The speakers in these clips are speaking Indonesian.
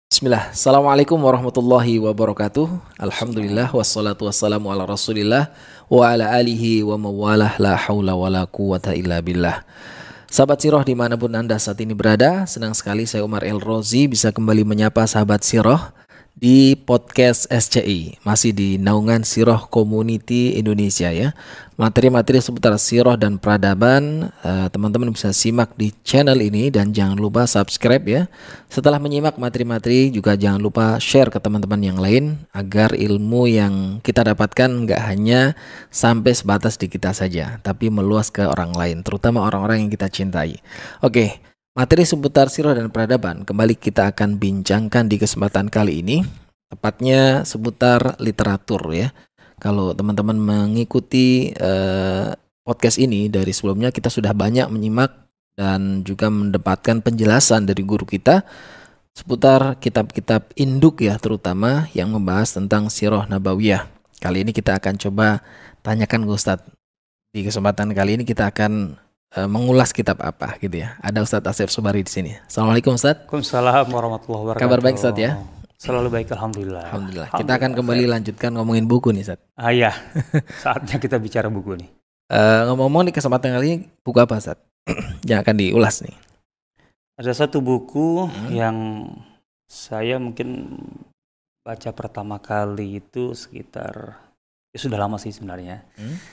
Bismillah. Assalamualaikum warahmatullahi wabarakatuh. Alhamdulillah wassalatu wassalamu ala Rasulillah wa ala alihi wa mawalah la haula wa la quwata illa billah. Sahabat Sirah dimanapun Anda saat ini berada, senang sekali saya Umar El Rozi bisa kembali menyapa sahabat Sirah di podcast SCI, masih di naungan Sirah Community Indonesia ya. Materi-materi seputar sirah dan peradaban teman-teman bisa simak di channel ini dan jangan lupa subscribe ya. Setelah menyimak materi-materi juga jangan lupa share ke teman-teman yang lain agar ilmu yang kita dapatkan nggak hanya sampai sebatas di kita saja, tapi meluas ke orang lain, terutama orang-orang yang kita cintai. Oke, materi seputar sirah dan peradaban kembali kita akan bincangkan di kesempatan kali ini, tepatnya seputar literatur ya. Kalau teman-teman mengikuti podcast ini dari sebelumnya, kita sudah banyak menyimak dan juga mendapatkan penjelasan dari guru kita seputar kitab-kitab induk ya, terutama yang membahas tentang sirah nabawiyah. Kali ini kita akan coba tanyakan ke Ustadz. Di kesempatan kali ini kita akan mengulas kitab apa gitu ya. Ada Ustadz Asep Sobari di sini. Assalamualaikum Ustadz. Waalaikumsalam warahmatullahi wabarakatuh. Kabar baik Ustadz ya? Selalu baik, alhamdulillah. Alhamdulillah. Kita akan kembali lanjutkan ngomongin buku nih, Ustadz. Iya, saatnya kita bicara buku nih. Ngomong-ngomong di kesempatan kali ini, buku apa, Ustadz? Yang akan diulas nih. Ada satu buku yang saya mungkin baca pertama kali itu sekitar, ya sudah lama sih sebenarnya.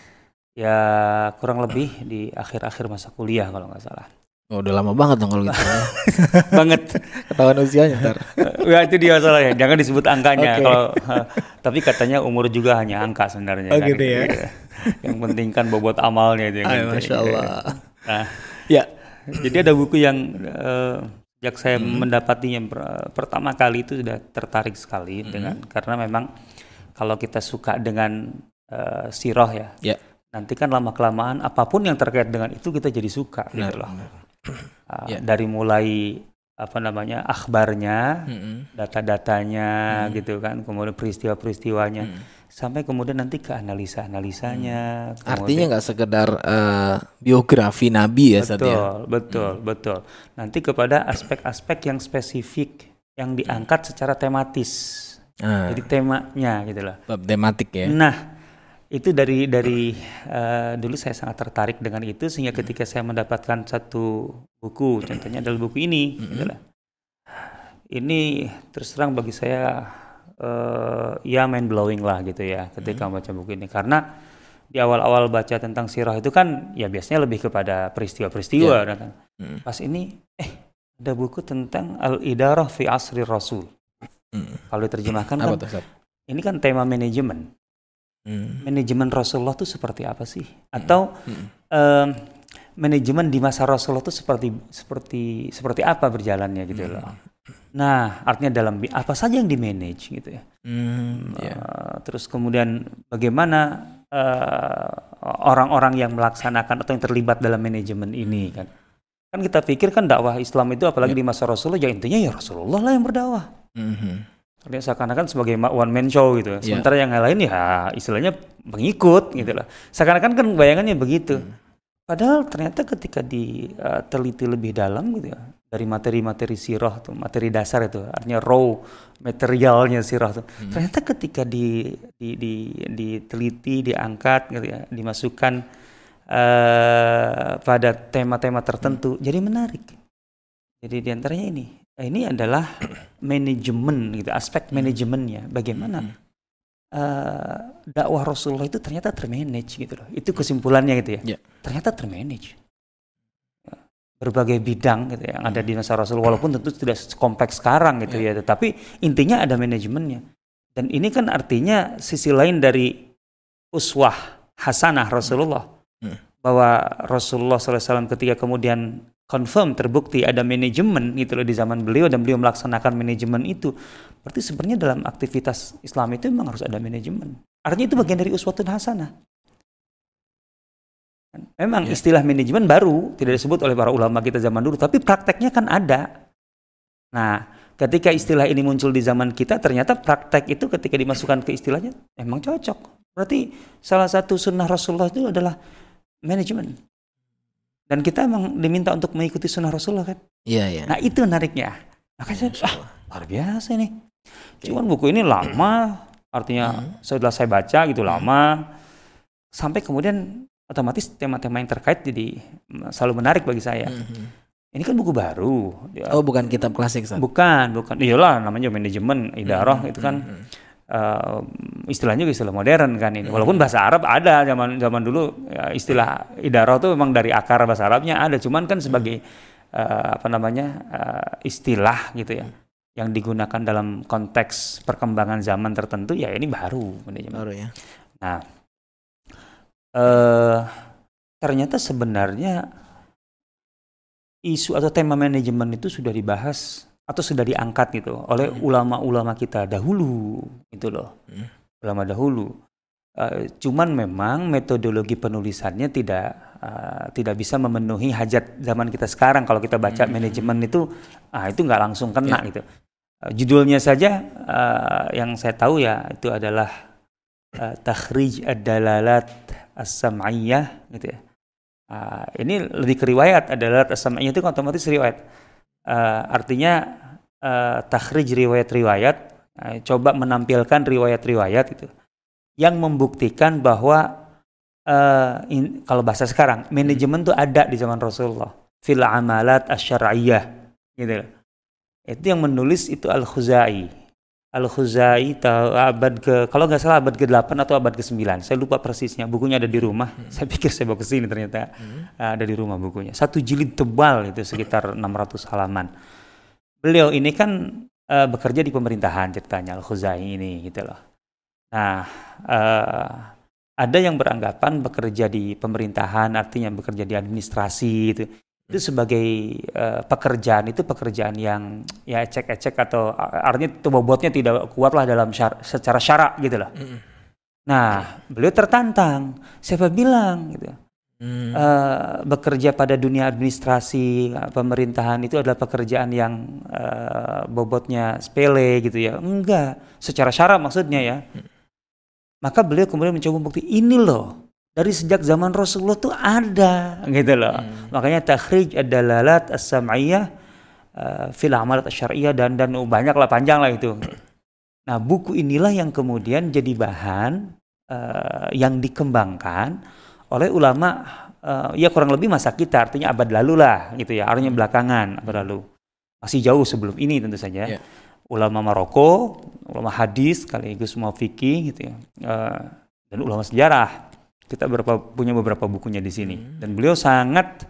Ya kurang lebih di akhir-akhir masa kuliah kalau nggak salah. Oh, udah lama banget dong kalau gitu. Banget. Ketahuan usianya ntar. Ya itu dia masalahnya, jangan disebut angkanya. Okay. Tapi katanya umur juga hanya angka sebenarnya. Oh kan? Gitu ya. Yang penting kan bobot amalnya itu. Masya Allah. Nah, ya. Jadi ada buku yang sejak saya mendapatinya pertama kali itu sudah tertarik sekali dengan, karena memang kalau kita suka dengan sirah ya. Yeah. Nanti kan lama-kelamaan apapun yang terkait dengan itu kita jadi suka gitu loh. Dari mulai akhbarnya, data-datanya gitu kan, kemudian peristiwa-peristiwanya, sampai kemudian nanti ke analisa-analisanya. Artinya nggak sekedar biografi Nabi ya, betul. Nanti kepada aspek-aspek yang spesifik yang diangkat secara tematis. Jadi temanya gitu loh. Bab tematik ya. Nah, itu dari dulu saya sangat tertarik dengan itu, sehingga ketika saya mendapatkan satu buku, contohnya adalah buku ini, ini terus terang bagi saya ya mind blowing lah gitu ya ketika membaca buku ini, karena di awal-awal baca tentang sirah itu kan ya biasanya lebih kepada peristiwa-peristiwa, kan. Pas ini ada buku tentang Al-Idarah fi Asri Rasul. Kalau diterjemahkan kan ini kan tema manajemen. Manajemen Rasulullah itu seperti apa sih? Atau manajemen di masa Rasulullah itu seperti apa berjalannya gitu loh. Nah, artinya dalam apa saja yang di-manage gitu ya. Terus kemudian bagaimana orang-orang yang melaksanakan atau yang terlibat dalam manajemen ini kan. Kan kita pikir kan dakwah Islam itu apalagi di masa Rasulullah ya intinya ya Rasulullah lah yang berdakwah. Artinya seakan-akan sebagai one man show gitu. Sementara yang lain ya istilahnya pengikut gitu lah. Seakan-akan kan bayangannya begitu. Padahal ternyata ketika diteliti lebih dalam gitu ya, dari materi-materi sirah tuh, materi dasar itu, artinya raw materialnya sirah tuh. Ternyata ketika diteliti, diangkat gitu ya, dimasukkan pada tema-tema tertentu, jadi menarik. Jadi diantaranya ini adalah manajemen gitu, aspek manajemennya, bagaimana dakwah Rasulullah itu ternyata termanage gitu loh. Itu kesimpulannya gitu ya. Ternyata termanage. Berbagai bidang gitu yang ada di masa Rasul, walaupun tentu tidak kompleks sekarang gitu ya, tetapi intinya ada manajemennya. Dan ini kan artinya sisi lain dari uswah hasanah Rasulullah. Bahwa Rasulullah SAW ketika kemudian confirm, terbukti ada manajemen gitu loh di zaman beliau, dan beliau melaksanakan manajemen itu, berarti sebenarnya dalam aktivitas Islam itu memang harus ada manajemen. Artinya itu bagian dari uswatun hasanah. Memang istilah manajemen baru, tidak disebut oleh para ulama kita zaman dulu, tapi prakteknya kan ada. Nah, ketika istilah ini muncul di zaman kita, ternyata praktek itu ketika dimasukkan ke istilahnya memang cocok. Berarti salah satu sunnah Rasulullah itu adalah manajemen. Dan kita emang diminta untuk mengikuti sunnah Rasulullah kan. Iya. Nah itu menariknya. Makanya saya luar biasa ini. Cuman buku ini lama, artinya setelah saya baca gitu lama, sampai kemudian otomatis tema-tema yang terkait jadi selalu menarik bagi saya. Ini kan buku baru. Oh, bukan kitab klasik, San? Bukan. Iyalah, namanya manajemen idarah itu kan istilahnya juga istilah modern kan ini. Walaupun bahasa Arab ada zaman dulu ya, istilah idarah itu memang dari akar bahasa Arabnya ada, cuman kan sebagai istilah gitu ya, yang digunakan dalam konteks perkembangan zaman tertentu, ya ini baru manajemen. Baru ya. Nah, ternyata sebenarnya isu atau tema manajemen itu sudah dibahas atau sudah diangkat gitu oleh ulama-ulama kita dahulu gitu loh. Ulama dahulu. Cuman memang metodologi penulisannya tidak bisa memenuhi hajat zaman kita sekarang. Kalau kita baca manajemen itu nggak langsung kena gitu. Judulnya saja yang saya tahu ya itu adalah Takhrij ad-dalalat as-sam'iyah gitu ya. Ini lebih ke riwayat, adalah as-sam'iyah itu otomatis riwayat. Artinya takhrij riwayat-riwayat, coba menampilkan riwayat-riwayat itu yang membuktikan bahwa kalau bahasa sekarang manajemen itu ada di zaman Rasulullah fil amalat asy-syar'iyyah gitu. Itu yang menulis itu Al-Khuzai kalau nggak salah abad ke-8 atau abad ke-9. Saya lupa persisnya. Bukunya ada di rumah. Saya pikir saya bawa ke sini, ternyata ada di rumah bukunya. 1 jilid tebal itu sekitar 600 halaman. Beliau ini kan bekerja di pemerintahan ceritanya, Al-Khuzai ini gitu loh. Nah, ada yang beranggapan bekerja di pemerintahan artinya bekerja di administrasi gitu. Itu sebagai pekerjaan yang ya ecek-ecek atau artinya itu bobotnya tidak kuat lah dalam secara syarak gitu lah. Nah, beliau tertantang. Siapa bilang gitu? Bekerja pada dunia administrasi pemerintahan itu adalah pekerjaan yang bobotnya sepele gitu ya? Enggak, secara syarak maksudnya ya. Maka beliau kemudian mencoba bukti ini loh. Dari sejak zaman Rasulullah tuh ada gitu loh. Makanya takhrij ad-dalalat as-sam'iyah fil amalat asy-syar'iyyah dan banyak lah, panjang lah itu. Nah, buku inilah yang kemudian jadi bahan yang dikembangkan oleh ulama ya kurang lebih masa kita, artinya abad lalu lah gitu ya, artinya belakangan abad lalu. Masih jauh sebelum ini tentu saja. Ulama Maroko, ulama hadis sekaligus ulama fikih gitu ya. Dan ulama sejarah. Kita punya beberapa bukunya di sini, dan beliau sangat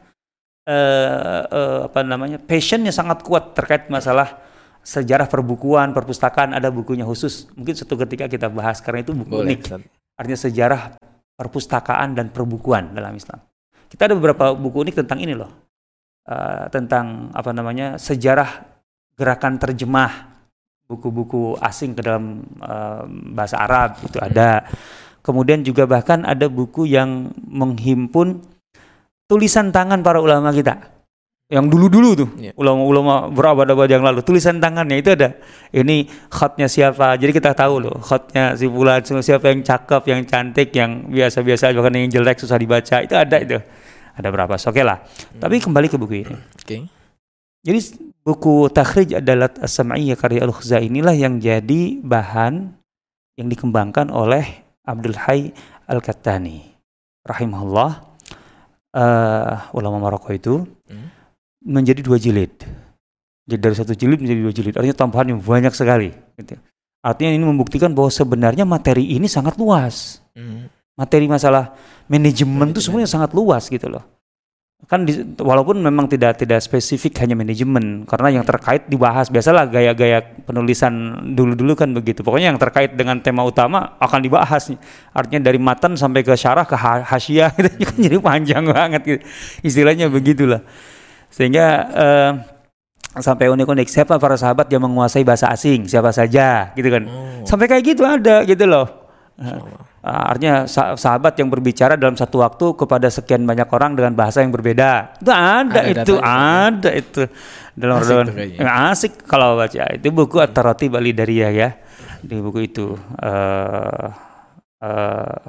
passionnya sangat kuat terkait masalah sejarah perbukuan, perpustakaan. Ada bukunya khusus, mungkin suatu ketika kita bahas karena itu buku unik. Artinya sejarah perpustakaan dan perbukuan dalam Islam. Kita ada beberapa buku unik tentang ini loh, tentang sejarah gerakan terjemah buku-buku asing ke dalam bahasa Arab itu ada. Kemudian juga bahkan ada buku yang menghimpun tulisan tangan para ulama kita. Yang dulu-dulu tuh, ulama-ulama berabad-abad yang lalu, tulisan tangannya itu ada. Ini khatnya siapa? Jadi kita tahu loh, khatnya si fulan, siapa yang cakep, yang cantik, yang biasa-biasa, bahkan yang jelek susah dibaca. Itu ada itu. Ada berapa? Oke lah. Tapi kembali ke buku ini. Jadi buku Takhrij ad-dalalat as-sam'iyah karya Al-Khuzai inilah yang jadi bahan yang dikembangkan oleh Abdul Hayy Al-Kattani rahimahullah, ulama Maroko itu, menjadi 2 jilid. Jadi dari 1 jilid menjadi 2 jilid, artinya tambahan yang banyak sekali gitu. Artinya ini membuktikan bahwa sebenarnya materi ini sangat luas. Materi masalah manajemen itu sebenarnya sangat luas gitu loh. Kan walaupun memang tidak spesifik hanya manajemen, karena yang terkait dibahas. Biasalah gaya-gaya penulisan dulu-dulu kan begitu. Pokoknya yang terkait dengan tema utama akan dibahas. Artinya dari matan sampai ke syarah ke hasyiah gitu kan, jadi panjang banget gitu. Istilahnya begitulah. Sehingga sampai unik-unik, siapa para sahabat yang menguasai bahasa asing, siapa saja gitu kan. Sampai kayak gitu ada gitu loh. Artinya sahabat yang berbicara dalam satu waktu kepada sekian banyak orang dengan bahasa yang berbeda. Itu ada itu dalam asik kalau baca. Itu buku At-Taratib Al-Idariyah ya. Di buku itu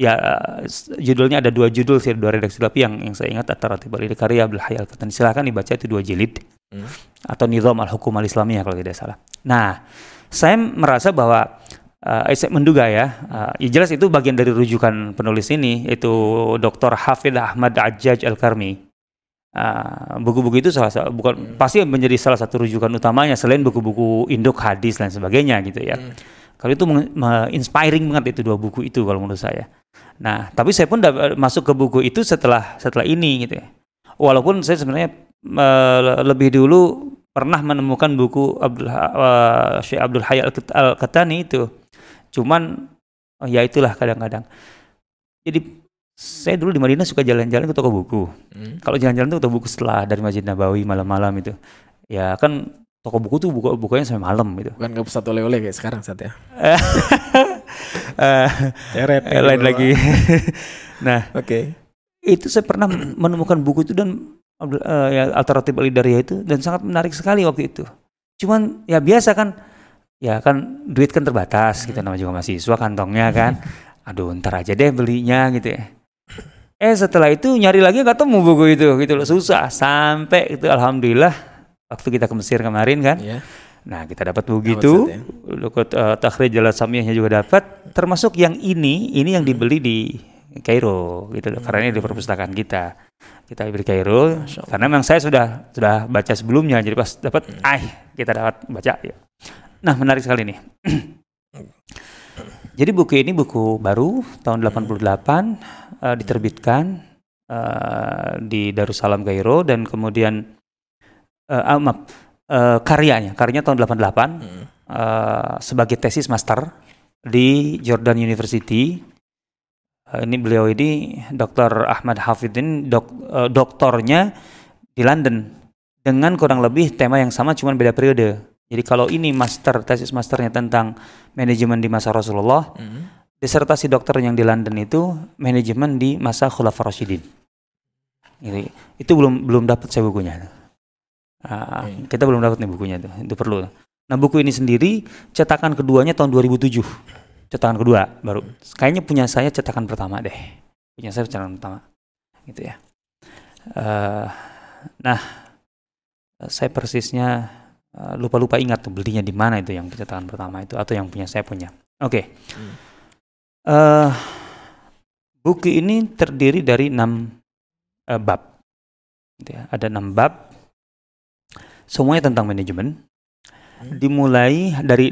ya judulnya ada 2 judul sih, 2 redaksi, tapi yang saya ingat At-Taratib al-Idari karya Abdul Hayy Al-Qahtani. Silakan dibaca, itu 2 jilid. Atau Nizam al-Hukum al-Islamiyah kalau tidak salah. Nah, saya merasa bahwa saya menduga ya jelas itu bagian dari rujukan penulis ini, yaitu Dr. Hafidh Ahmad Ajaj Al-Karmi. Buku-buku itu pasti menjadi salah satu rujukan utamanya selain buku-buku induk hadis dan sebagainya gitu ya. Kalau itu inspiring banget itu 2 buku itu kalau menurut saya. Nah, tapi saya pun masuk ke buku itu setelah ini gitu ya. Walaupun saya sebenarnya lebih dulu pernah menemukan buku Syekh Abdul Hayy Al-Qahtani itu. Cuman ya itulah kadang-kadang. Jadi saya dulu di Madinah suka jalan-jalan ke toko buku. Kalau jalan-jalan tuh ke toko buku setelah dari Masjid Nabawi malam-malam itu. Ya kan toko buku tuh bukanya sampai malam gitu. Bukan ke pusat oleh-oleh kayak sekarang saat ya. Lain lagi. Nah, oke. Itu saya pernah menemukan buku itu dan Al-Taratib al-Idariyah itu, dan sangat menarik sekali waktu itu. Cuman ya biasa kan, ya kan duit kan terbatas, kita namanya juga mahasiswa kantongnya kan. Aduh, ntar aja deh belinya gitu ya. Setelah itu nyari lagi nggak temu buku itu gitu loh, susah sampai itu alhamdulillah waktu kita ke Mesir kemarin kan. Yeah. Nah, kita dapat buku itu, takhrij Al-Samiyahnya juga dapat, termasuk yang ini yang dibeli di Kairo gitu loh, karena ini di perpustakaan kita beli Kairo, karena memang saya sudah baca sebelumnya, jadi pas dapat kita dapat baca ya. Nah, menarik sekali nih. Jadi buku ini buku baru tahun 88, diterbitkan di Darussalam Kairo, dan kemudian karyanya tahun 88 sebagai tesis master di Jordan University. Ini beliau ini Dr. Ahmad Hafidhin, doktornya di London dengan kurang lebih tema yang sama, cuman beda periode. Jadi kalau ini tesis masternya tentang manajemen di masa Rasulullah, disertasi dokter yang di London itu manajemen di masa Khulafaur Rasyidin. Itu belum dapat saya bukunya. Kita belum dapat nih bukunya itu perlu. Nah, buku ini sendiri cetakan keduanya tahun 2007. Cetakan kedua baru. Kayaknya punya saya cetakan pertama deh. Cetakan pertama. Gitu ya. Nah, saya persisnya lupa ingat tuh belinya di mana itu yang cetakan pertama itu, atau yang punya saya punya. Oke. Buku ini terdiri dari 6 bab. Gitu ya. Ada 6 bab. Semuanya tentang manajemen. Dimulai dari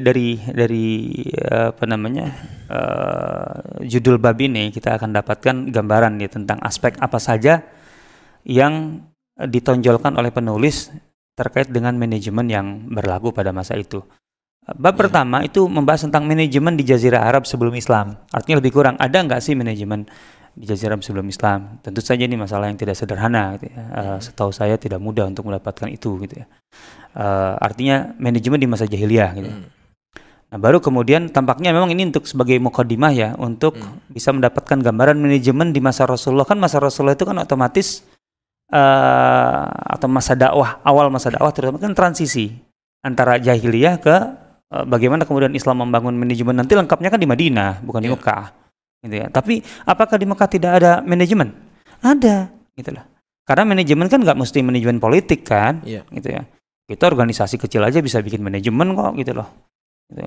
judul bab ini kita akan dapatkan gambaran ya tentang aspek apa saja yang ditonjolkan oleh penulis terkait dengan manajemen yang berlaku pada masa itu. Bab pertama itu membahas tentang manajemen di Jazirah Arab sebelum Islam. Artinya lebih kurang, ada nggak sih manajemen di Jazirah Arab sebelum Islam? Tentu saja ini masalah yang tidak sederhana gitu ya. Setahu saya tidak mudah untuk mendapatkan itu gitu ya. Artinya manajemen di masa jahiliyah gitu. Nah, baru kemudian tampaknya memang ini untuk sebagai muqaddimah ya, untuk bisa mendapatkan gambaran manajemen di masa Rasulullah. Kan masa Rasulullah itu kan otomatis atau masa dakwah, awal masa dakwah terutama kan transisi antara jahiliyah ke bagaimana kemudian Islam membangun manajemen. Nanti lengkapnya kan di Madinah, bukan di Mekah gitu ya. Tapi apakah di Mekah tidak ada manajemen? Ada gitu lah. Karena manajemen kan nggak mesti manajemen politik kan, gitu ya. Kita organisasi kecil aja bisa bikin manajemen kok gitu loh. Gitu.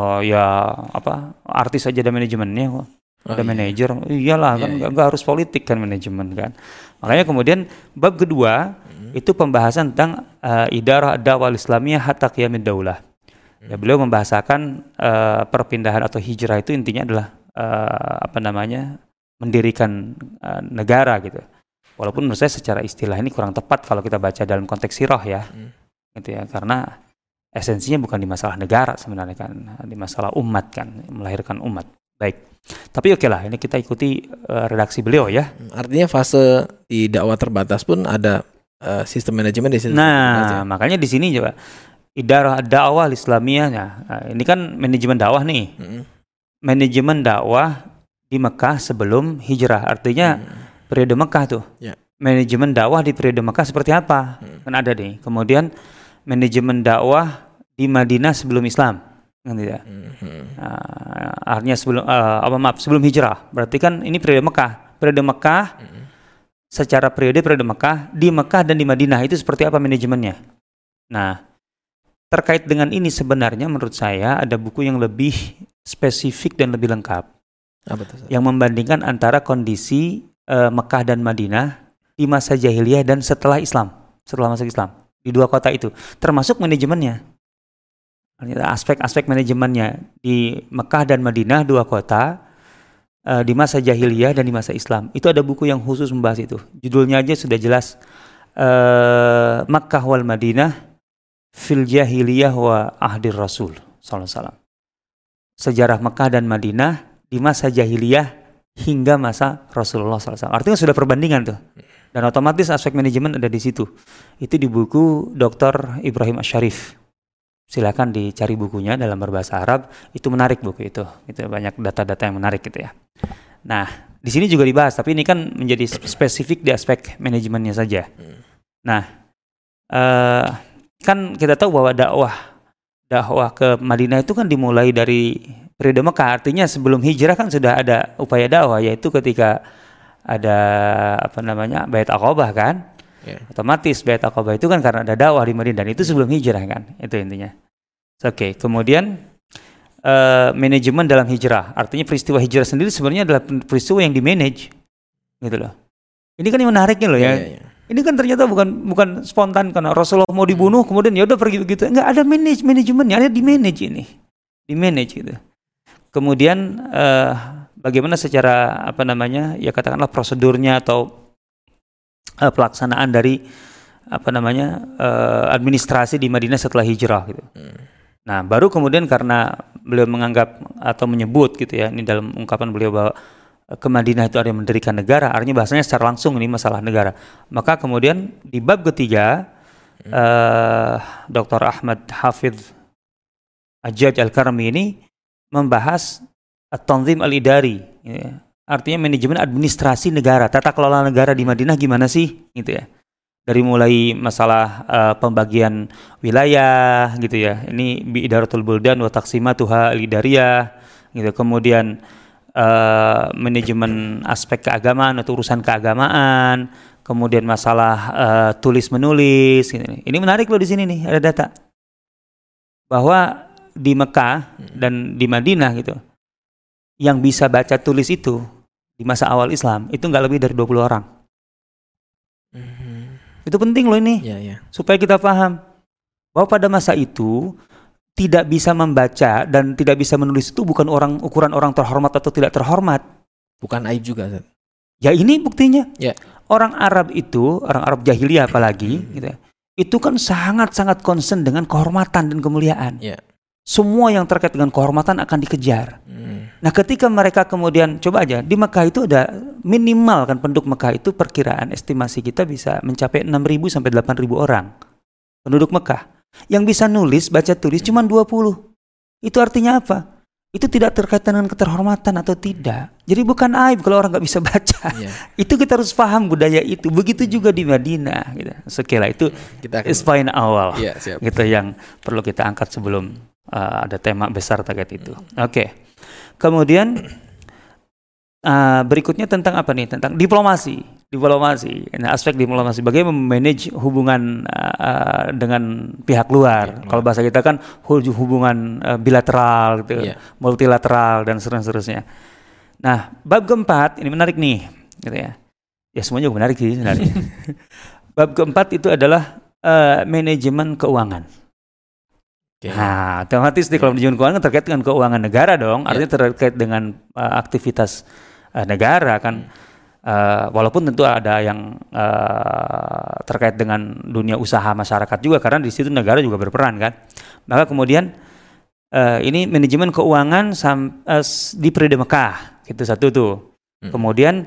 Artis aja ada manajemennya kok. Ada manajer. Iyalah kan nggak harus politik kan manajemen kan. Makanya kemudian bab kedua itu pembahasan tentang idarah dakwah Islamiyah hatta qiyamid daulah. Ya, beliau membahasakan perpindahan atau hijrah itu intinya adalah mendirikan negara gitu. Walaupun menurut saya secara istilah ini kurang tepat kalau kita baca dalam konteks sirah ya. Gitu ya, karena esensinya bukan di masalah negara sebenarnya kan, di masalah umat kan, melahirkan umat. Baik. Tapi oke lah, ini kita ikuti redaksi beliau ya. Artinya fase di dakwah terbatas pun ada sistem manajemen di sini. Nah, makanya di sini juga idarah dakwah Islamiyah. Nah, ini kan manajemen dakwah nih. Manajemen dakwah di Mekah sebelum hijrah. Artinya periode Mekah tuh. Manajemen dakwah di periode Mekah seperti apa? Kan ada nih. Kemudian manajemen dakwah di Madinah sebelum Islam. gitu ya. Artinya sebelum hijrah. Berarti kan ini periode Mekah. Periode Mekah secara periode Mekah, di Mekah dan di Madinah itu seperti apa manajemennya. Nah, terkait dengan ini sebenarnya menurut saya ada buku yang lebih spesifik dan lebih lengkap. Apa itu? Yang membandingkan antara kondisi Mekah dan Madinah di masa jahiliyah dan setelah masuk Islam. Di dua kota itu, termasuk manajemennya. Aspek-aspek manajemennya di Mekah dan Madinah, dua kota, di masa jahiliyah dan di masa Islam. Itu ada buku yang khusus membahas itu. Judulnya aja sudah jelas, Makkah wal Madinah fil jahiliyah wa ahdir Rasul sallallahu alaihi wasallam. Sejarah Mekah dan Madinah di masa jahiliyah hingga masa Rasulullah SAW. Artinya sudah perbandingan tuh. Dan otomatis aspek manajemen ada di situ. Itu di buku Dr. Ibrahim Asy-Syarif. Silakan dicari bukunya dalam berbahasa Arab. Itu menarik buku itu. Itu banyak data-data yang menarik gitu ya. Nah, di sini juga dibahas, tapi ini kan menjadi spesifik di aspek manajemennya saja. Nah, kan kita tahu bahwa dakwah ke Madinah itu kan dimulai dari periode Mekah. Artinya sebelum hijrah kan sudah ada upaya dakwah, yaitu ketika ada Bait Aqabah kan. Otomatis Bait Aqabah itu kan karena ada dakwah di Madinah, dan itu sebelum hijrah kan. Itu intinya. Oke, kemudian manajemen dalam hijrah. Artinya peristiwa hijrah sendiri sebenarnya adalah peristiwa yang di-manage. Gitu loh. Ini kan yang menariknya loh ya. Ini kan ternyata bukan spontan karena Rasulullah mau dibunuh kemudian ya udah pergi begitu. Enggak, ada manajemennya, ada di-manage ini. Di-manage gitu. Kemudian bagaimana secara ya katakanlah prosedurnya atau pelaksanaan dari administrasi di Madinah setelah hijrah gitu. Nah, baru kemudian karena beliau menganggap atau menyebut gitu ya, ini dalam ungkapan beliau bahwa ke Madinah itu ada yang mendirikan negara, artinya bahasanya secara langsung ini masalah negara. Maka kemudian di bab ketiga Dr. Ahmad Hafidh Ajaj Al-Karmi ini membahas at-tanzim al-idari, ya. Artinya manajemen administrasi negara, tata kelola negara di Madinah gimana sih gitu ya. Dari mulai masalah pembagian wilayah gitu ya. Ini bi idaratul buldan wa taqsimatuha al-idariyah gitu. Kemudian manajemen aspek keagamaan atau urusan keagamaan, kemudian masalah tulis menulis gitu. Ini menarik loh, di sini nih ada data bahwa di Mekah dan di Madinah gitu, yang bisa baca tulis itu di masa awal Islam itu nggak lebih dari 20 orang. Itu penting loh ini, supaya kita paham bahwa pada masa itu tidak bisa membaca dan tidak bisa menulis itu bukan ukuran orang terhormat atau tidak terhormat. Bukan aib juga, Zat. Ya ini buktinya. Orang Arab jahiliyah apalagi gitu ya, itu kan sangat-sangat concern dengan kehormatan dan kemuliaan. Semua yang terkait dengan kehormatan akan dikejar. Nah, ketika mereka kemudian, coba aja, di Mekah itu ada minimal kan penduduk Mekah itu perkiraan estimasi kita bisa mencapai 6.000 sampai 8.000 orang penduduk Mekah. Yang bisa nulis, baca tulis cuma 20. Itu artinya apa? Itu tidak terkait dengan keterhormatan atau tidak. Jadi bukan aib kalau orang nggak bisa baca. Itu kita harus paham budaya itu. Begitu juga di Madinah. Gitu. Sekira itu poin awal. Gitu yang perlu kita angkat sebelum ada tema besar terkait itu. Oke. Kemudian berikutnya tentang apa nih? Tentang diplomasi. Nah, aspek diplomasi. Bagaimana memanage hubungan dengan pihak luar. Kalau bahasa kita kan hubungan bilateral, gitu, multilateral dan seterusnya. Nah, bab keempat ini menarik nih, gitu ya. Ya semuanya juga menarik sih sebenarnya. Bab keempat itu adalah manajemen keuangan. Nah, otomatis kalau manajemen keuangan terkait dengan keuangan negara dong, artinya terkait dengan aktivitas negara kan. Walaupun tentu ada yang terkait dengan dunia usaha masyarakat juga, karena di situ negara juga berperan kan. Maka kemudian ini manajemen keuangan di periode Mekah, itu satu tuh. Kemudian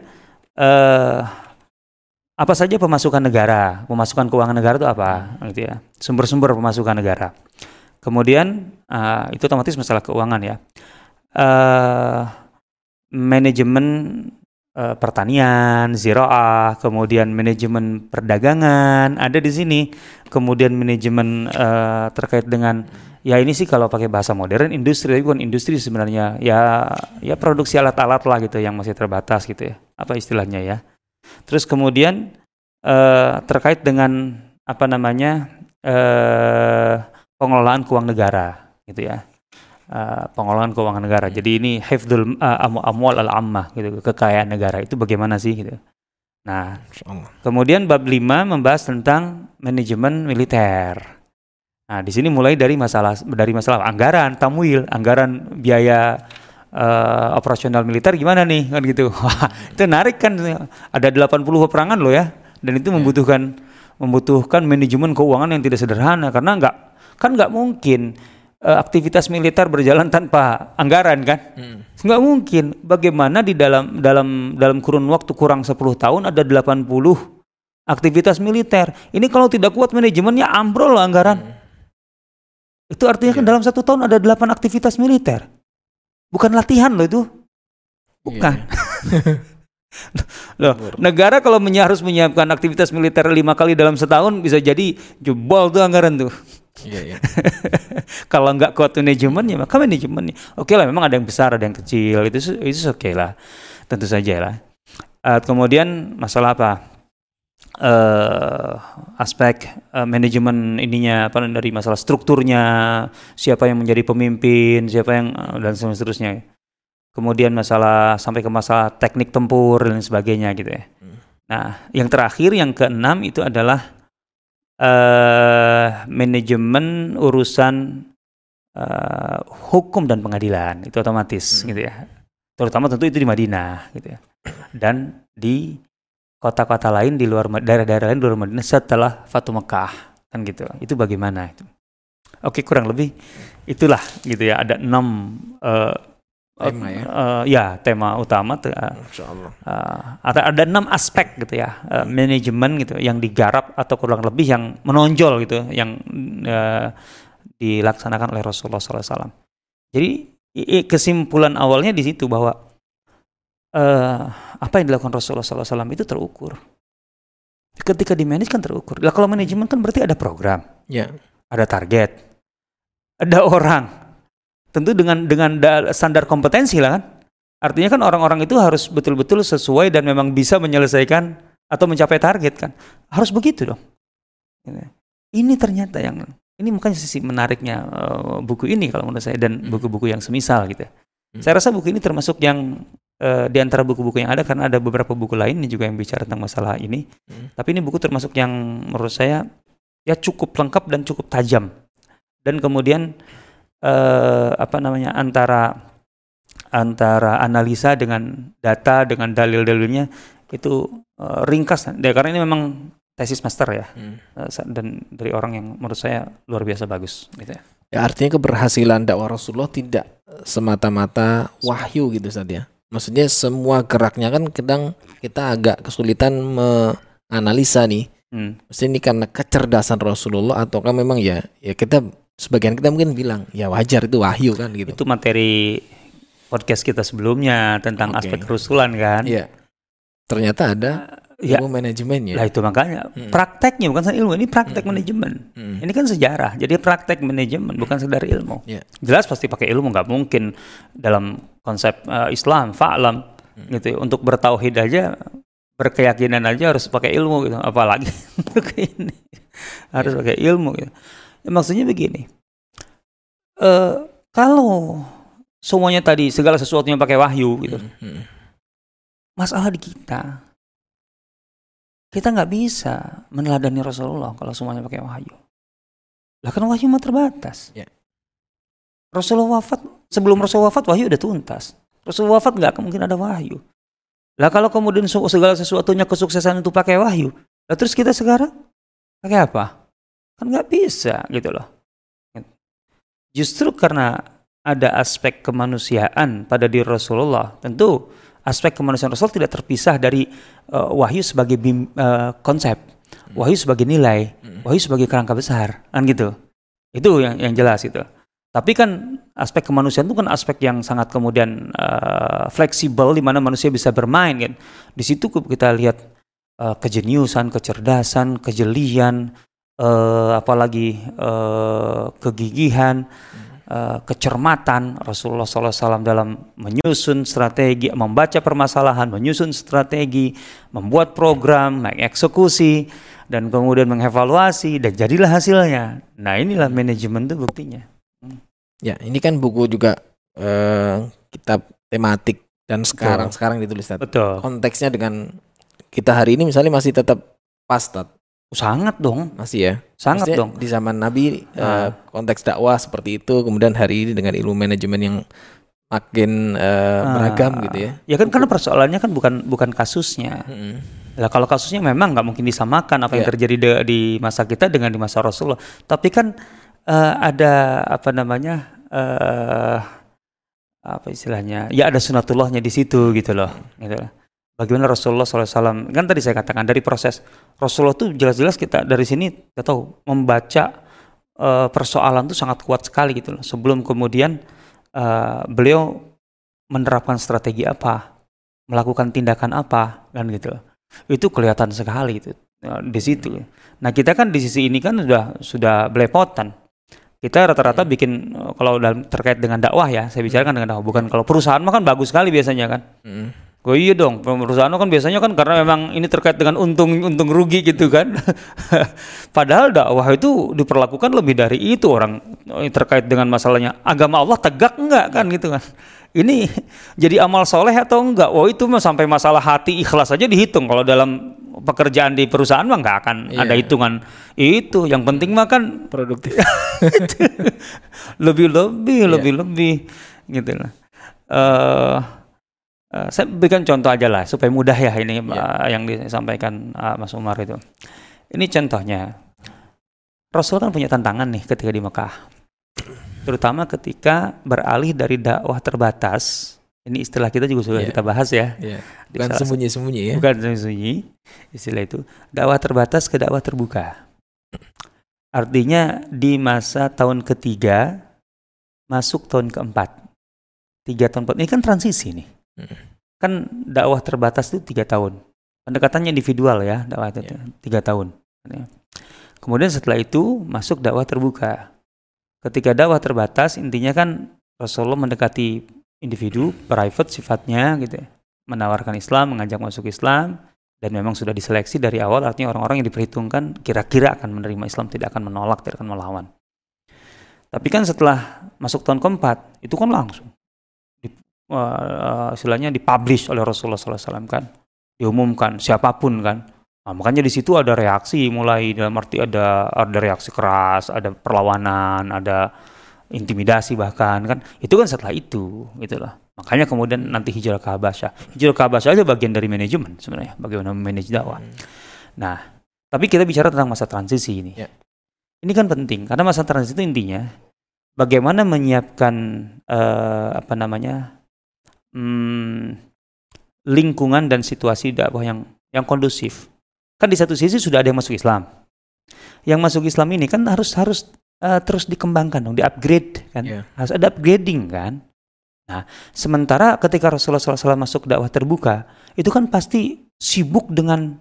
apa saja pemasukan keuangan negara itu apa, gitu ya. Sumber-sumber pemasukan negara. Kemudian itu otomatis masalah keuangan ya. Manajemen pertanian, ziraah, kemudian manajemen perdagangan ada di sini, kemudian manajemen terkait dengan ya ini sih kalau pakai bahasa modern industri, tapi bukan industri sebenarnya, ya produksi alat-alat lah gitu yang masih terbatas gitu ya, apa istilahnya ya. Terus kemudian terkait dengan apa namanya pengelolaan keuangan negara gitu ya. Pengelolaan keuangan negara. Jadi ini hifdzul amwal al-ammah gitu, kekayaan negara itu bagaimana sih gitu. Nah, kemudian bab 5 membahas tentang manajemen militer. Nah, di sini mulai dari masalah anggaran, tamwil, anggaran biaya operasional militer gimana nih kan gitu. Wah, itu menarik kan, ada 80 peperangan loh ya. Dan itu membutuhkan manajemen keuangan yang tidak sederhana karena nggak mungkin aktivitas militer berjalan tanpa anggaran kan? Nggak mungkin. Bagaimana di dalam kurun waktu kurang 10 tahun ada 80 aktivitas militer. Ini kalau tidak kuat manajemennya ambrol loh anggaran. Itu artinya kan dalam 1 tahun ada 8 aktivitas militer. Bukan latihan loh itu. Bukan. Loh, negara kalau harus menyiapkan aktivitas militer 5 kali dalam setahun bisa jadi jebol tuh anggaran tuh. Iya. Kalau nggak kuat manajemennya, maka manajemennya oke lah, memang ada yang besar, ada yang kecil, itu oke lah, tentu saja lah. Kemudian masalah apa? Aspek manajemen ininya apa dari masalah strukturnya, siapa yang menjadi pemimpin, siapa yang dan seterusnya. Kemudian sampai ke masalah teknik tempur dan sebagainya gitu ya. Nah, yang terakhir yang ke-6 itu adalah manajemen urusan hukum dan pengadilan, itu otomatis gitu ya. Terutama tentu itu di Madinah gitu ya. Dan di kota-kota lain di luar daerah-daerah lain di luar Madinah setelah Fatu Mekah kan gitu. Itu bagaimana itu? Oke, kurang lebih itulah gitu ya. Ada 6 tema tema utama ada 6 aspek gitu ya, manajemen gitu yang digarap atau kurang lebih yang menonjol gitu yang dilaksanakan oleh Rasulullah SAW. Jadi kesimpulan awalnya di situ bahwa apa yang dilakukan Rasulullah SAW itu terukur. Ketika di-manage kan terukur. Lah kalau manajemen kan berarti ada program, ada target, ada orang. Tentu dengan standar kompetensi lah kan. Artinya kan orang-orang itu harus betul-betul sesuai dan memang bisa menyelesaikan atau mencapai target kan. Harus begitu dong. Ini ternyata ini makanya sisi menariknya buku ini kalau menurut saya dan buku-buku yang semisal gitu. Saya rasa buku ini termasuk yang di antara buku-buku yang ada, karena ada beberapa buku lain juga yang bicara tentang masalah ini. Tapi ini buku termasuk yang menurut saya ya cukup lengkap dan cukup tajam. Dan kemudian antara analisa dengan data dengan dalil-dalilnya itu ringkas karena ini memang tesis master ya, dan dari orang yang menurut saya luar biasa bagus gitu ya. Artinya keberhasilan dakwah Rasulullah tidak semata-mata wahyu gitu saja. Maksudnya semua geraknya kan kadang kita agak kesulitan menganalisa nih. Maksudnya ini karena kecerdasan Rasulullah ataukah memang ya kita sebagian kita mungkin bilang ya wajar itu wahyu kan gitu. Itu materi podcast kita sebelumnya tentang aspek kerusulan kan. Iya. Ternyata ada ilmu manajemennya. Lah itu makanya prakteknya bukan saja ilmu, ini praktek manajemen. Ini kan sejarah. Jadi praktek manajemen bukan sekedar ilmu. Jelas pasti pakai ilmu, nggak mungkin dalam konsep Islam fa'lam gitu. Untuk bertauhid aja, berkeyakinan aja harus pakai ilmu gitu. Apalagi untuk ini harus pakai ilmu gitu. Maksudnya begini, kalau semuanya tadi segala sesuatunya pakai wahyu gitu, masalah di kita nggak bisa meneladani Rasulullah kalau semuanya pakai wahyu. Lah kan wahyu mah terbatas. Rasulullah wafat, sebelum Rasulullah wafat wahyu udah tuntas. Rasulullah wafat nggak mungkin ada wahyu. Lah kalau kemudian segala sesuatunya kesuksesan itu pakai wahyu, lah terus kita sekarang pakai apa? Kan nggak bisa gitu loh. Justru karena ada aspek kemanusiaan pada diri Rasulullah, tentu aspek kemanusiaan Rasul tidak terpisah dari wahyu sebagai konsep, wahyu sebagai nilai, wahyu sebagai kerangka besar, kan gitu. Itu yang jelas gitu. Tapi kan aspek kemanusiaan itu kan aspek yang sangat kemudian fleksibel, di mana manusia bisa bermain kan. Di situ kita lihat kejeniusan, kecerdasan, kejelian, apalagi kegigihan, kecermatan Rasulullah SAW dalam menyusun strategi, membaca permasalahan, menyusun strategi, membuat program, mengeksekusi, dan kemudian mengevaluasi, dan jadilah hasilnya. Nah, inilah manajemen itu buktinya. Ya, ini kan buku juga kitab tematik dan sekarang ditulis. Betul. Konteksnya dengan kita hari ini misalnya masih tetap pas, Tat. Sangat dong. Masih ya. Sangat maksudnya dong. Di zaman Nabi konteks dakwah seperti itu, kemudian hari ini dengan ilmu manajemen yang makin beragam gitu ya. Ya kan karena persoalannya kan bukan kasusnya. Lah kalau kasusnya memang nggak mungkin disamakan apa yang terjadi di masa kita dengan di masa Rasulullah. Tapi kan ada apa namanya apa istilahnya? Ya ada sunatullahnya di situ gitu loh. Gitu. Bagaimana Rasulullah SAW, kan tadi saya katakan dari proses Rasulullah tuh jelas-jelas kita dari sini kita tahu membaca persoalan tuh sangat kuat sekali gitu loh. Sebelum kemudian beliau menerapkan strategi apa, melakukan tindakan apa, kan gitu. Itu kelihatan sekali itu di situ. Nah kita kan di sisi ini kan sudah belepotan. Kita rata-rata bikin kalau terkait dengan dakwah ya, saya bicarakan dengan dakwah. Bukan kalau perusahaan mah kan bagus sekali biasanya kan. Oh iya dong, perusahaan kan biasanya kan karena memang ini terkait dengan untung rugi gitu kan. Padahal dakwah itu diperlakukan lebih dari itu, orang terkait dengan masalahnya agama Allah tegak enggak kan gitu kan. Ini jadi amal soleh atau enggak? Oh itu mah sampai masalah hati ikhlas aja dihitung. Kalau dalam pekerjaan di perusahaan mah enggak akan ada hitungan itu. Yang penting mah kan produktif. lebih gitu lah. Saya berikan contoh aja lah supaya mudah ya ini yang disampaikan Mas Umar itu. Ini contohnya. Rasul kan punya tantangan nih ketika di Mekah. Terutama ketika beralih dari dakwah terbatas. Ini istilah kita juga sudah kita bahas ya. Bukan sembunyi-sembunyi ya. Bukan sembunyi. Istilah itu dakwah terbatas ke dakwah terbuka. Artinya di masa tahun ketiga masuk tahun keempat. 3 tahun 4 ini kan transisi nih. Kan dakwah terbatas itu 3 tahun. Pendekatannya individual ya, dakwah itu 3 tahun. Kemudian setelah itu masuk dakwah terbuka. Ketika dakwah terbatas intinya kan Rasulullah mendekati individu, private sifatnya gitu ya. Menawarkan Islam, mengajak masuk Islam, dan memang sudah diseleksi dari awal, artinya orang-orang yang diperhitungkan kira-kira akan menerima Islam, tidak akan menolak, tidak akan melawan. Tapi kan setelah masuk tahun keempat itu kan langsung istilahnya dipublish oleh Rasulullah SAW kan, diumumkan siapapun kan. Nah, makanya di situ ada reaksi mulai dalam arti ada reaksi keras, ada perlawanan, ada intimidasi bahkan kan. Itu kan setelah itu gitulah. Makanya kemudian nanti hijrah ke Habasyah. Hijrah ke Habasyah aja bagian dari manajemen sebenarnya, bagaimana memanage dakwah. Nah, tapi kita bicara tentang masa transisi ini. Ini kan penting karena masa transisi itu intinya bagaimana menyiapkan lingkungan dan situasi dakwah yang kondusif. Kan di satu sisi sudah ada yang masuk Islam. Yang masuk Islam ini kan harus terus dikembangkan dong, di-upgrade kan. Harus ada upgrading kan. Nah, sementara ketika Rasulullah SAW masuk dakwah terbuka, itu kan pasti sibuk dengan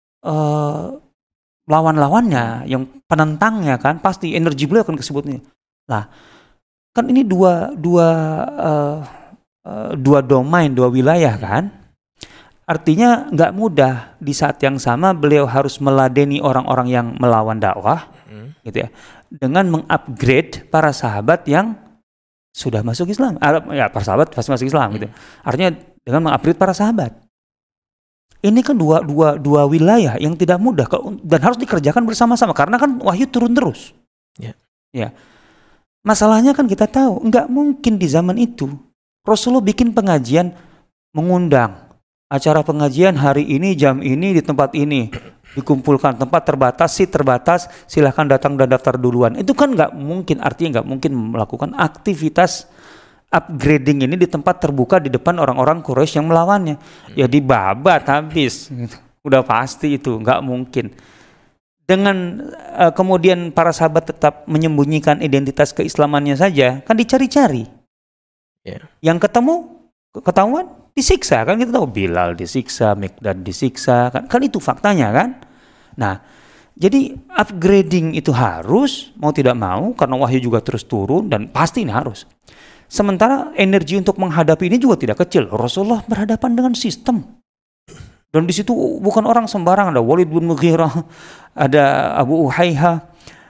lawan-lawannya, yang penentangnya kan, pasti energi beliau akan kesebutnya. Nah, kan ini dua domain, 2 wilayah kan. Artinya nggak mudah di saat yang sama beliau harus meladeni orang-orang yang melawan dakwah, gitu ya, dengan mengupgrade para sahabat yang sudah masuk Islam. Ya para sahabat pasti masuk Islam gitu. Artinya dengan mengupgrade para sahabat. Ini kan dua wilayah yang tidak mudah dan harus dikerjakan bersama-sama karena kan wahyu turun terus. Ya. Masalahnya kan kita tahu nggak mungkin di zaman itu Rasulullah bikin pengajian, mengundang acara pengajian hari ini jam ini di tempat ini, dikumpulkan tempat terbatas, silahkan datang dan daftar duluan. Itu kan nggak mungkin, artinya nggak mungkin melakukan aktivitas upgrading ini di tempat terbuka di depan orang-orang Quraisy yang melawannya. Ya dibabat habis, udah pasti itu nggak mungkin. dengan kemudian para sahabat tetap menyembunyikan identitas keislamannya saja, kan dicari-cari. Yang ketahuan disiksa, kan kita tahu Bilal disiksa, Miqdad disiksa, kan itu faktanya kan. Nah, jadi upgrading itu harus, mau tidak mau, karena wahyu juga terus turun dan pasti ini harus. Sementara energi untuk menghadapi ini juga tidak kecil. Rasulullah berhadapan dengan sistem. Dan di situ bukan orang sembarang, ada Walid bin Mughirah, ada Abu Uhayha,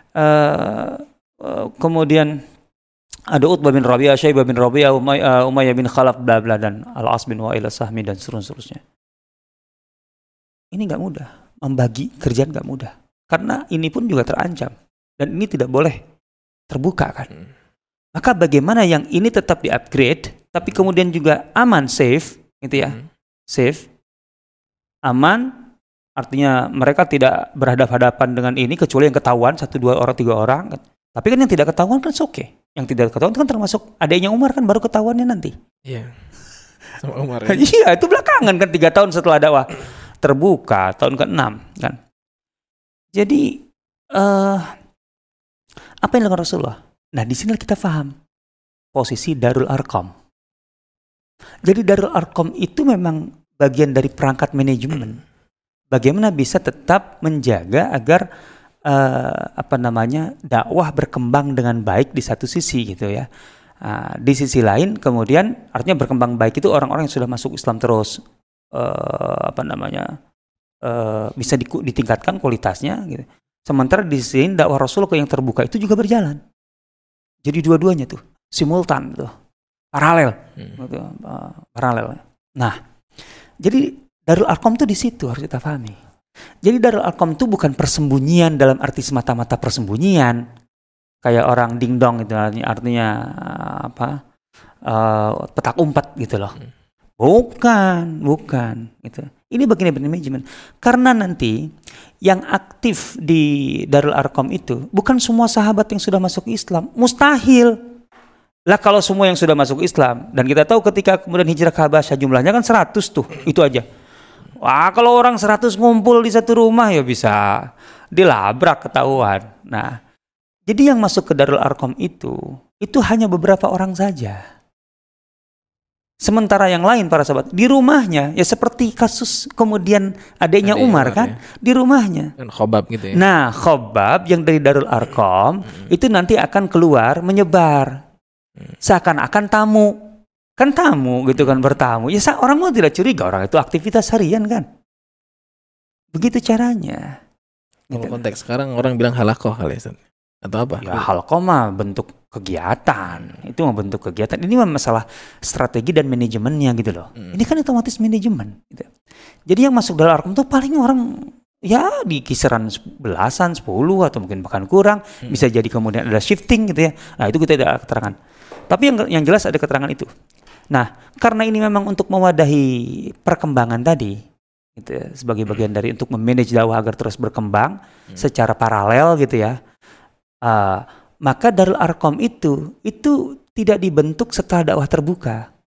kemudian ada Utbah bin Rabi'ah, Syaibah bin Rabi'ah, Umayyah bin Khalaf, bla bla, dan Al-As bin Wa'il As-Sahmi dan seterusnya. Ini nggak mudah, membagi kerjaan nggak mudah. Karena ini pun juga terancam. Dan ini tidak boleh terbuka kan. Maka bagaimana yang ini tetap di-upgrade, tapi kemudian juga aman, safe, gitu ya. Safe, aman, artinya mereka tidak berhadapan-hadapan dengan ini, kecuali yang ketahuan, 1, 2 orang, 3 orang. Tapi kan yang tidak ketahuan kan oke. Yang tidak ketahuan kan termasuk adanya Umar kan baru ketahuannya nanti. Iya. Sama Umar. Ya? Iya, itu belakangan kan 3 tahun setelah dakwah terbuka, tahun ke-6 kan. Jadi apa yang dilakukan Rasulullah? Nah, di sini kita paham posisi Darul Arqam. Jadi Darul Arqam itu memang bagian dari perangkat manajemen. Bagaimana bisa tetap menjaga agar dakwah berkembang dengan baik di satu sisi gitu ya. Di sisi lain kemudian artinya berkembang baik itu orang-orang yang sudah masuk Islam terus bisa ditingkatkan kualitasnya gitu. Sementara di sini dakwah Rasul yang terbuka itu juga berjalan. Jadi dua-duanya tuh simultan tuh. Paralel. Gitu, paralel. Nah, jadi Darul Arqam tuh di situ harus kita pahami. Jadi Darul Arqam itu bukan persembunyian dalam arti semata-mata persembunyian. Kayak orang dingdong itu artinya petak umpet gitu loh. Bukan gitu. Ini bagian dari manajemen. Karena nanti yang aktif di Darul Arqam itu bukan semua sahabat yang sudah masuk Islam. Mustahil. Lah kalau semua yang sudah masuk Islam, dan kita tahu ketika kemudian hijrah ke Habasyah jumlahnya kan 100 tuh, itu aja. Wah, kalau orang 100 ngumpul di satu rumah ya bisa dilabrak ketahuan. Nah, jadi yang masuk ke Darul Arqam itu hanya beberapa orang saja. Sementara yang lain para sahabat di rumahnya ya seperti kasus kemudian adiknya Umar kan di rumahnya. Dan Khobab gitu ya. Nah, Khobab yang dari Darul Arqam itu nanti akan keluar menyebar. Seakan-akan tamu. Kan tamu gitu kan, bertamu. Ya orang mau tidak curiga orang itu aktivitas harian kan. Begitu caranya. Kalau gitu. Konteks sekarang orang bilang halakoh kali ya. Atau apa? Ya halakoh mah bentuk kegiatan. Itu mah bentuk kegiatan. Ini mah masalah strategi dan manajemennya gitu loh. Ini kan otomatis manajemen gitu. Jadi yang masuk dalam Arqam tuh paling orang ya di kisaran belasan, 10 atau mungkin bahkan kurang. Bisa jadi kemudian ada shifting gitu ya. Nah, itu kita ada keterangan. Tapi yang jelas ada keterangan itu. Nah, karena ini memang untuk mewadahi perkembangan tadi gitu ya, sebagai bagian dari untuk memanage dakwah agar terus berkembang secara paralel gitu ya. Maka Darul Arqam itu tidak dibentuk setelah dakwah terbuka.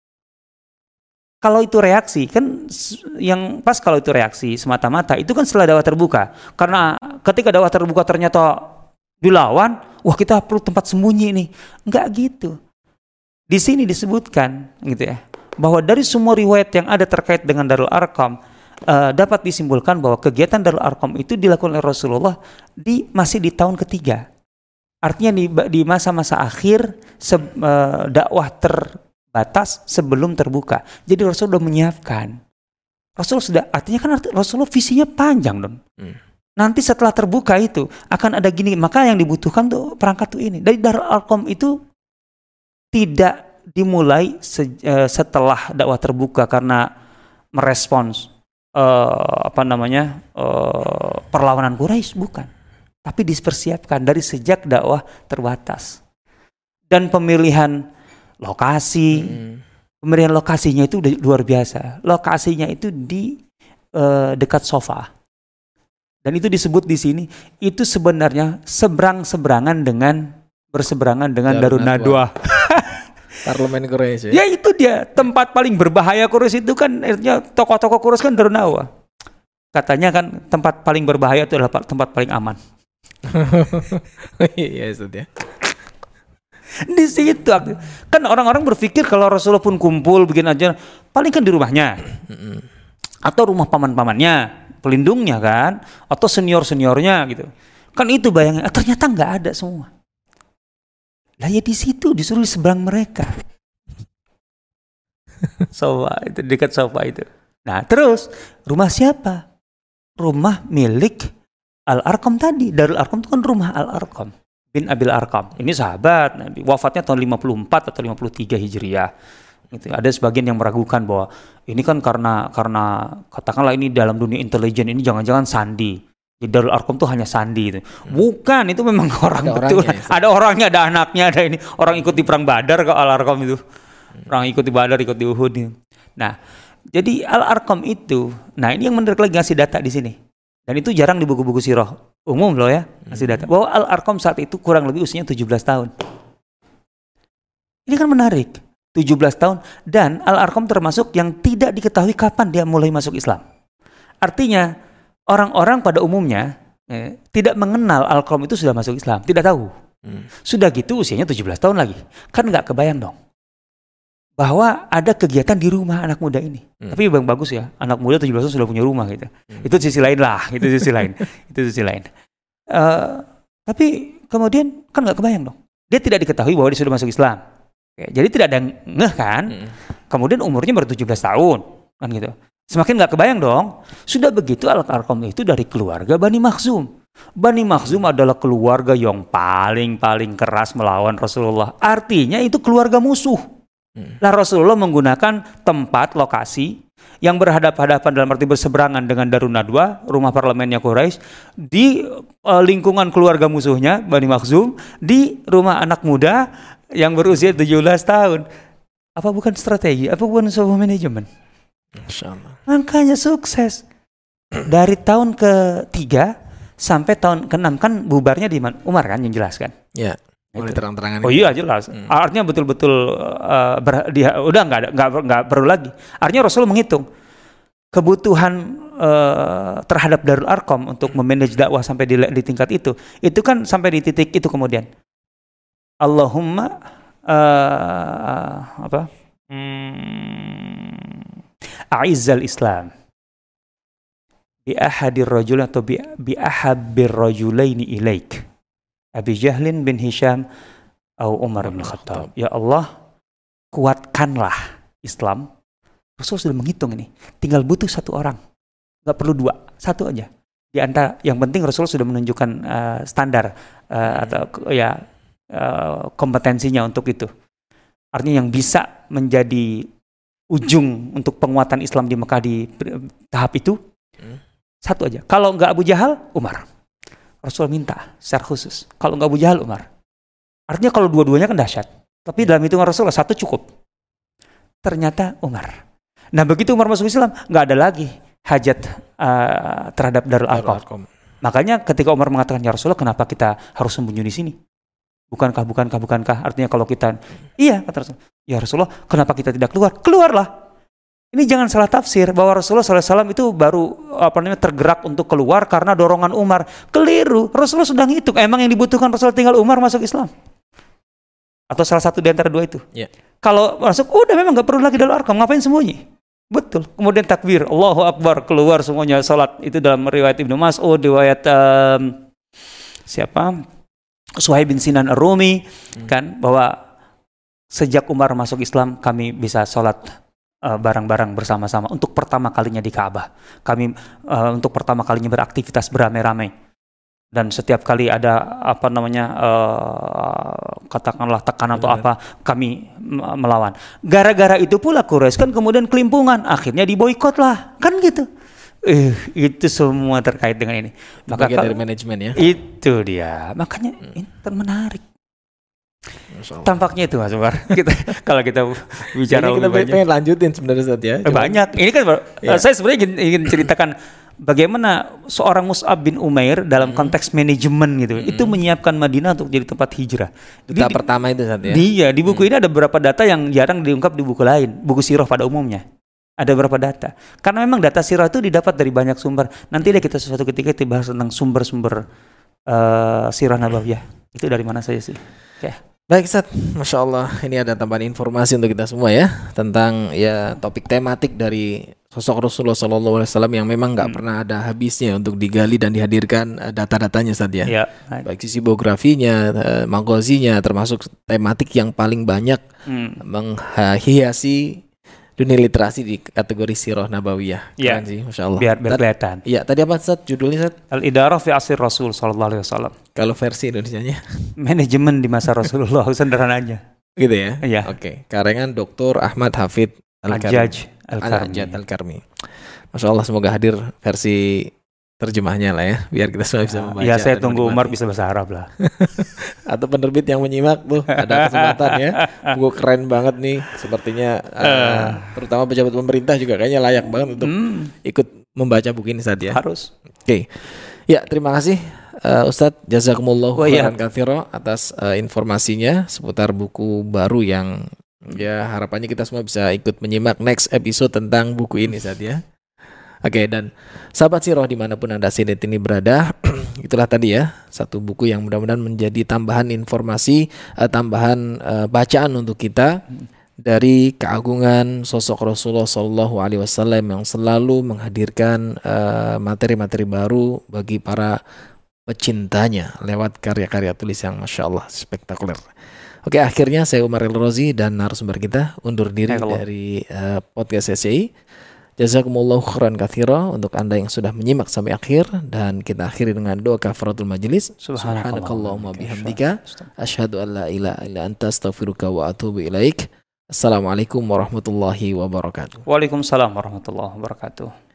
Kalau itu reaksi kan yang pas, kalau itu reaksi semata-mata itu kan setelah dakwah terbuka. Karena ketika dakwah terbuka ternyata dilawan, wah kita perlu tempat sembunyi nih. Enggak gitu. Di sini disebutkan gitu ya, bahwa dari semua riwayat yang ada terkait dengan Darul Arqam dapat disimpulkan bahwa kegiatan Darul Arqam itu dilakukan oleh Rasulullah masih di tahun ketiga. Artinya di masa-masa akhir dakwah terbatas sebelum terbuka. Jadi Rasul sudah menyiapkan. Artinya kan Rasulullah visinya panjang dong. Nanti setelah terbuka itu akan ada gini, maka yang dibutuhkan tuh perangkat tuh ini. Dari Darul Arqam itu tidak dimulai setelah dakwah terbuka karena merespons perlawanan Quraisy, bukan. Tapi dipersiapkan dari sejak dakwah terbatas. Dan pemilihan lokasinya itu luar biasa. Lokasinya itu di dekat Sofa. Dan itu disebut di sini itu sebenarnya berseberangan dengan Darun Nadwa. Parlemen Quraisy. Ya itu dia tempat paling berbahaya Quraisy itu kan, artinya tokoh-tokoh Quraisy kan Darun Nadwa. katanya kan tempat paling berbahaya itu adalah tempat paling aman. Iya, Ustaz ya. Di situ kan orang-orang berpikir kalau Rasulullah pun kumpul bikin aja paling kan di rumahnya atau rumah paman-pamannya, pelindungnya kan, atau senior-seniornya gitu. Kan itu bayangnya, ternyata nggak ada semua. Lah ya di situ disuruh di seberang mereka. Sofa itu dekat sofa itu. Nah terus rumah siapa? Rumah milik Al-Arqam tadi. Darul Arqam itu kan rumah Al-Arqam bin Abil Arqam. Ini sahabat Nabi. Wafatnya tahun 54 atau 53 Hijriah. Gitu. Ada sebagian yang meragukan bahwa ini kan karena katakanlah ini dalam dunia intelijen ini jangan-jangan sandi. Di Darul Arqam tuh hanya sandi itu. Bukan, itu memang orang betul. Ada orangnya, ada anaknya, ada ini. Orang ikut di perang Badar ke Al-Arqam itu. Orang ikut di Badar, ikut di Uhud. Nah, jadi Al-Arqam itu, nah ini yang menarik lagi ngasih data di sini. Dan itu jarang di buku-buku sirah umum loh ya, ngasih data. Bahwa Al-Arqam saat itu kurang lebih usianya 17 tahun. Ini kan menarik. 17 tahun dan Al-Arqam termasuk yang tidak diketahui kapan dia mulai masuk Islam. Artinya orang-orang pada umumnya tidak mengenal Al-Arqam itu sudah masuk Islam, tidak tahu. Sudah gitu usianya 17 tahun lagi. Kan nggak kebayang dong bahwa ada kegiatan di rumah anak muda ini. Tapi yang bagus ya, anak muda 17 tahun sudah punya rumah gitu. Itu sisi lain lah, itu sisi lain. Itu sisi lain. Tapi kemudian kan nggak kebayang dong. Dia tidak diketahui bahwa dia sudah masuk Islam. Jadi tidak ada ngeh kan. Kemudian umurnya baru 17 tahun kan gitu. Semakin nggak kebayang dong. Sudah begitu Al-Arqam itu dari keluarga Bani Makhzum. Bani Makhzum adalah keluarga yang paling keras melawan Rasulullah. Artinya itu keluarga musuh. Nah Rasulullah menggunakan tempat, lokasi yang berhadapan-hadapan dalam arti berseberangan dengan Darun Nadwa, rumah parlemennya Quraisy, di lingkungan keluarga musuhnya Bani Makhzum, di rumah anak muda yang berusia 17 tahun. Apa bukan strategi? Apa bukan sebuah manajemen? Insyaallah. Makanya sukses. Dari tahun ke-3 sampai tahun ke-6 kan bubarnya di Umar kan yang jelaskan. Ya. Mulai terang-terangan. Oh iya jelas. Artinya betul-betul udah nggak perlu lagi. Artinya Rasul menghitung kebutuhan terhadap Darul Arqam untuk memanage dakwah sampai di tingkat itu kan sampai di titik itu kemudian. Allahumma a'izzal Islam bi ahadir rajul atau bi ahabbir rajulaini ilaik. Abi Jahlin bin Hisham atau Umar bin Khattab. Ya Allah, kuatkanlah Islam. Rasul sudah menghitung ini. Tinggal butuh satu orang. Gak perlu dua, satu aja. Di antara yang penting Rasul sudah menunjukkan standar atau kompetensinya untuk itu. Artinya yang bisa menjadi ujung untuk penguatan Islam di Mekah di tahap itu satu aja. Kalau nggak Abu Jahal, Umar. Rasul minta secara khusus. Kalau nggak Abu Jahal, Umar. Artinya kalau dua-duanya kan dahsyat. Tapi dalam hitungan Rasul satu cukup. Ternyata Umar. Nah begitu Umar masuk Islam, nggak ada lagi hajat terhadap Darul Arqam. Makanya ketika Umar mengatakan, ya Rasulullah, kenapa kita harus sembunyi di sini? Bukankah? Artinya kalau kita, iya kata Rasul. Ya Rasulullah, kenapa kita tidak keluar? Keluarlah. Ini jangan salah tafsir bahwa Rasulullah SAW itu baru tergerak untuk keluar karena dorongan Umar. Keliru. Rasulullah sudah ngitung. Emang yang dibutuhkan Rasulullah tinggal Umar masuk Islam. Atau salah satu di antara dua itu. Yeah. Kalau masuk, udah memang nggak perlu lagi Darul Arqam. Ngapain sembunyi? Betul. Kemudian takbir, Allahu Akbar, keluar semuanya salat. Itu dalam riwayat Ibnu Mas'ud, riwayat Suhaib bin Sinan Ar-Rumi kan, bahwa sejak Umar masuk Islam kami bisa salat barang-barang bersama-sama untuk pertama kalinya di Ka'bah. Kami untuk pertama kalinya beraktivitas beramai-ramai. Dan setiap kali ada katakanlah tekanan atau apa, kami melawan. Gara-gara itu pula Quraisy kan kemudian kelimpungan, akhirnya diboikot lah, kan gitu. Itu semua terkait dengan ini. Maka bagian dari manajemen ya. Itu dia. Makanya ini menarik. Tampaknya itu Mas Umar. Kalau kita bicara ini lebih banyak. Kita pengen lanjutin sebenarnya Ustaz ya. Banyak. Ini kan saya sebenarnya ingin ceritakan bagaimana seorang Mus'ab bin Umair dalam konteks manajemen gitu. Itu menyiapkan Madinah untuk jadi tempat hijrah. Duta pertama itu Ustaz ya. Di buku ini ada beberapa data yang jarang diungkap di buku lain, buku sirah pada umumnya. Ada berapa data? Karena memang data sirah itu didapat dari banyak sumber. Nanti deh kita suatu ketika kita bahas tentang sumber-sumber sirah nabawiyah. Itu dari mana saja sih? Oke. Baik Ustaz, Masya Allah, ini ada tambahan informasi untuk kita semua ya tentang ya topik tematik dari sosok Rasulullah SAW yang memang nggak pernah ada habisnya untuk digali dan dihadirkan data-datanya Ustaz ya. Ya. Baik sisi biografinya, maghazinya, termasuk tematik yang paling banyak menghiasi dunia literasi di kategori sirah nabawiyah. Ya. Keren sih, Masya Allah. Biar kelihatan. Iya, tadi apa Ustaz judulnya Ustaz? Al-Idarah fi Asir Rasul sallallahu alaihi wasallam. Kalau versi Indonesianya? Manajemen di masa Rasulullah sederhananya. Gitu ya? Iya. Oke. Karangan Dr. Ahmad Hafid Al-Jaj Al-Karmi. Al-Karmi. Masya Allah, semoga hadir versi terjemahnya lah ya, biar kita semua bisa membaca. Ya, saya tunggu Umar bisa bahasa Arab lah. Atau penerbit yang menyimak tuh, ada kesempatan ya. Buku keren banget nih, sepertinya terutama pejabat pemerintah juga kayaknya layak banget untuk ikut membaca buku ini saat ya. Harus. Oke. Ya, terima kasih Ustadz Jazakumullah khairan katsira atas informasinya seputar buku baru yang ya harapannya kita semua bisa ikut menyimak next episode tentang buku ini saat ya. Oke, dan sahabat sirah dimanapun Anda saat ini berada, itulah tadi ya satu buku yang mudah-mudahan menjadi tambahan informasi, tambahan bacaan untuk kita dari keagungan sosok Rasulullah SAW yang selalu menghadirkan materi-materi baru bagi para pecintanya lewat karya-karya tulis yang Masya Allah spektakuler. Oke, akhirnya saya Umar El-Rozi dan narasumber kita undur diri dari podcast SCI. Jazakumullahu khairan katsira untuk Anda yang sudah menyimak sampai akhir, dan kita akhiri dengan doa kafaratul majelis. Subhanakallahumma bihamdika asyhadu an la ilaha illa anta astaghfiruka wa atubu ilaik. Assalamualaikum warahmatullahi wabarakatuh. Waalaikumsalam warahmatullahi wabarakatuh.